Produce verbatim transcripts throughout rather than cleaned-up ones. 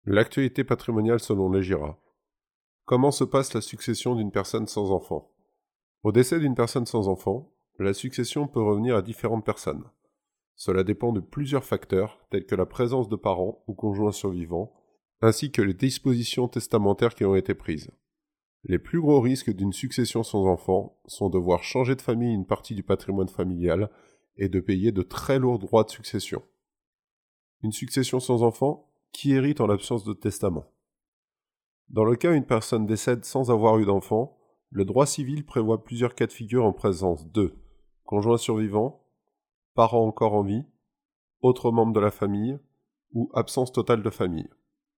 L'actualité patrimoniale selon les G I R A. Comment se passe la succession d'une personne sans enfant? Au décès d'une personne sans enfant, la succession peut revenir à différentes personnes. Cela dépend de plusieurs facteurs, tels que la présence de parents ou conjoints survivants, ainsi que les dispositions testamentaires qui ont été prises. Les plus gros risques d'une succession sans enfant sont de voir changer de famille une partie du patrimoine familial et de payer de très lourds droits de succession. Une succession sans enfant, qui hérite en l'absence de testament? Dans le cas où une personne décède sans avoir eu d'enfant, le droit civil prévoit plusieurs cas de figure en présence de conjoint survivant, parents encore en vie, autres membres de la famille ou absence totale de famille.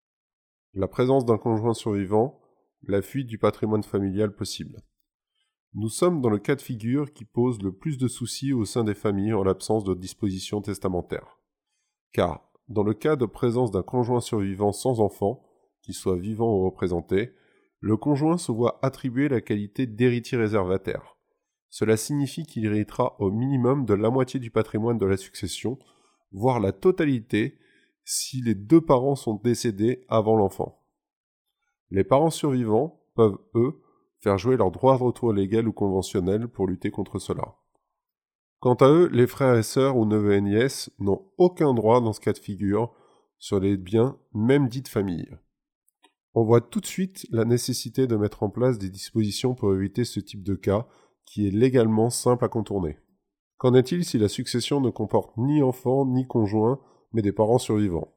La présence d'un conjoint survivant, la fuite du patrimoine familial possible. Nous sommes dans le cas de figure qui pose le plus de soucis au sein des familles en l'absence de dispositions testamentaires. Car, dans le cas de présence d'un conjoint survivant sans enfant, qu'il soit vivant ou représenté, le conjoint se voit attribuer la qualité d'héritier réservataire. Cela signifie qu'il héritera au minimum de la moitié du patrimoine de la succession, voire la totalité si les deux parents sont décédés avant l'enfant. Les parents survivants peuvent, eux, faire jouer leur droit de retour légal ou conventionnel pour lutter contre cela. Quant à eux, les frères et sœurs ou neveux et nièces n'ont aucun droit dans ce cas de figure sur les biens, même dits de famille. On voit tout de suite la nécessité de mettre en place des dispositions pour éviter ce type de cas, qui est légalement simple à contourner. Qu'en est-il si la succession ne comporte ni enfant ni conjoint, mais des parents survivants?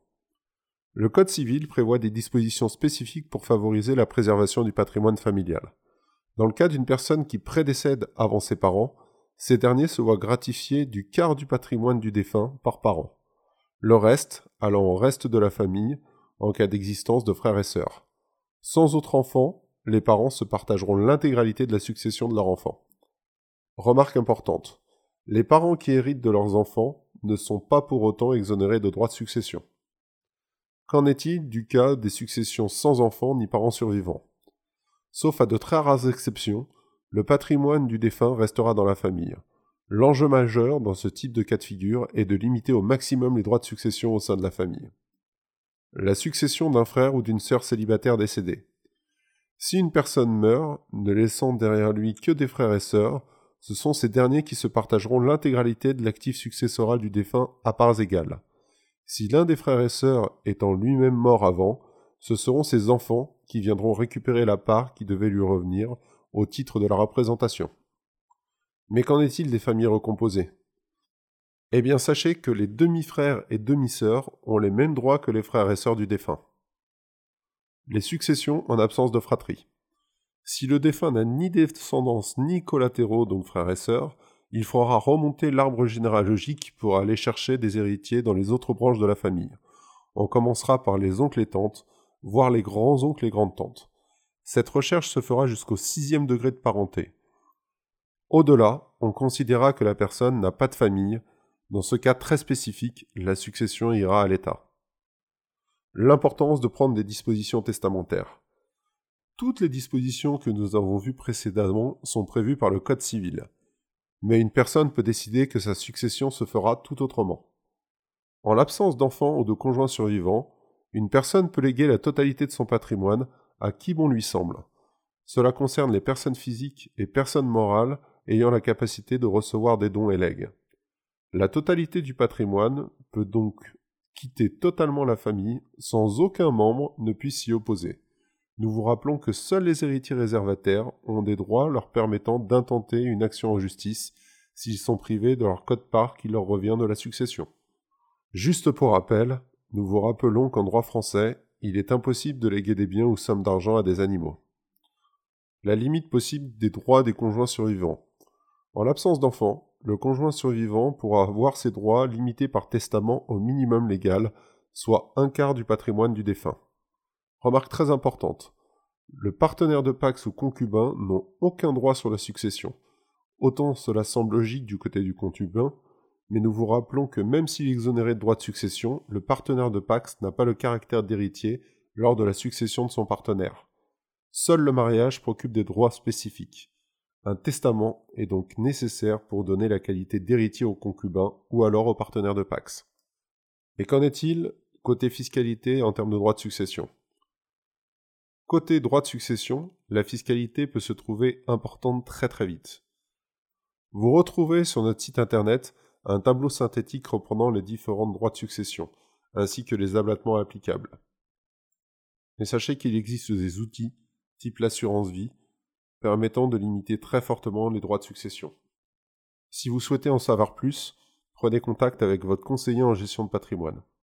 Le Code civil prévoit des dispositions spécifiques pour favoriser la préservation du patrimoine familial. Dans le cas d'une personne qui prédécède avant ses parents, ces derniers se voient gratifiés du quart du patrimoine du défunt par parent. Le reste allant au reste de la famille en cas d'existence de frères et sœurs. Sans autres enfants, les parents se partageront l'intégralité de la succession de leur enfant. Remarque importante, les parents qui héritent de leurs enfants ne sont pas pour autant exonérés de droits de succession. Qu'en est-il du cas des successions sans enfants ni parents survivants? Sauf à de très rares exceptions, le patrimoine du défunt restera dans la famille. L'enjeu majeur dans ce type de cas de figure est de limiter au maximum les droits de succession au sein de la famille. La succession d'un frère ou d'une sœur célibataire décédée. Si une personne meurt, ne laissant derrière lui que des frères et sœurs, ce sont ces derniers qui se partageront l'intégralité de l'actif successoral du défunt à parts égales. Si l'un des frères et sœurs étant lui-même mort avant, ce seront ses enfants qui viendront récupérer la part qui devait lui revenir au titre de la représentation. Mais qu'en est-il des familles recomposées? Eh bien, sachez que les demi-frères et demi-sœurs ont les mêmes droits que les frères et sœurs du défunt. Les successions en absence de fratrie. Si le défunt n'a ni descendance ni collatéraux, donc frères et sœurs, il faudra remonter l'arbre généalogique pour aller chercher des héritiers dans les autres branches de la famille. On commencera par les oncles et tantes, voire les grands-oncles et grandes-tantes. Cette recherche se fera jusqu'au sixième degré de parenté. Au-delà, on considérera que la personne n'a pas de famille. Dans ce cas très spécifique, la succession ira à l'État. L'importance de prendre des dispositions testamentaires. Toutes les dispositions que nous avons vues précédemment sont prévues par le Code civil. Mais une personne peut décider que sa succession se fera tout autrement. En l'absence d'enfants ou de conjoints survivants, une personne peut léguer la totalité de son patrimoine à qui bon lui semble. Cela concerne les personnes physiques et personnes morales ayant la capacité de recevoir des dons et legs. La totalité du patrimoine peut donc quitter totalement la famille sans aucun membre ne puisse s'y opposer. Nous vous rappelons que seuls les héritiers réservataires ont des droits leur permettant d'intenter une action en justice s'ils sont privés de leur quote-part qui leur revient de la succession. Juste pour rappel, nous vous rappelons qu'en droit français, il est impossible de léguer des biens ou sommes d'argent à des animaux. La limite possible des droits des conjoints survivants. En l'absence d'enfants, le conjoint survivant pourra avoir ses droits limités par testament au minimum légal, soit un quart du patrimoine du défunt. Remarque très importante, le partenaire de Pacs ou concubin n'ont aucun droit sur la succession. Autant cela semble logique du côté du concubin, mais nous vous rappelons que même s'il est exonéré de droits de succession, le partenaire de Pacs n'a pas le caractère d'héritier lors de la succession de son partenaire. Seul le mariage procure des droits spécifiques. Un testament est donc nécessaire pour donner la qualité d'héritier au concubin ou alors au partenaire de Pacs. Et qu'en est-il côté fiscalité en termes de droits de succession. Côté droit de succession, la fiscalité peut se trouver importante très très vite. Vous retrouvez sur notre site internet un tableau synthétique reprenant les différents droits de succession, ainsi que les abattements applicables. Mais sachez qu'il existe des outils, type l'assurance vie, permettant de limiter très fortement les droits de succession. Si vous souhaitez en savoir plus, prenez contact avec votre conseiller en gestion de patrimoine.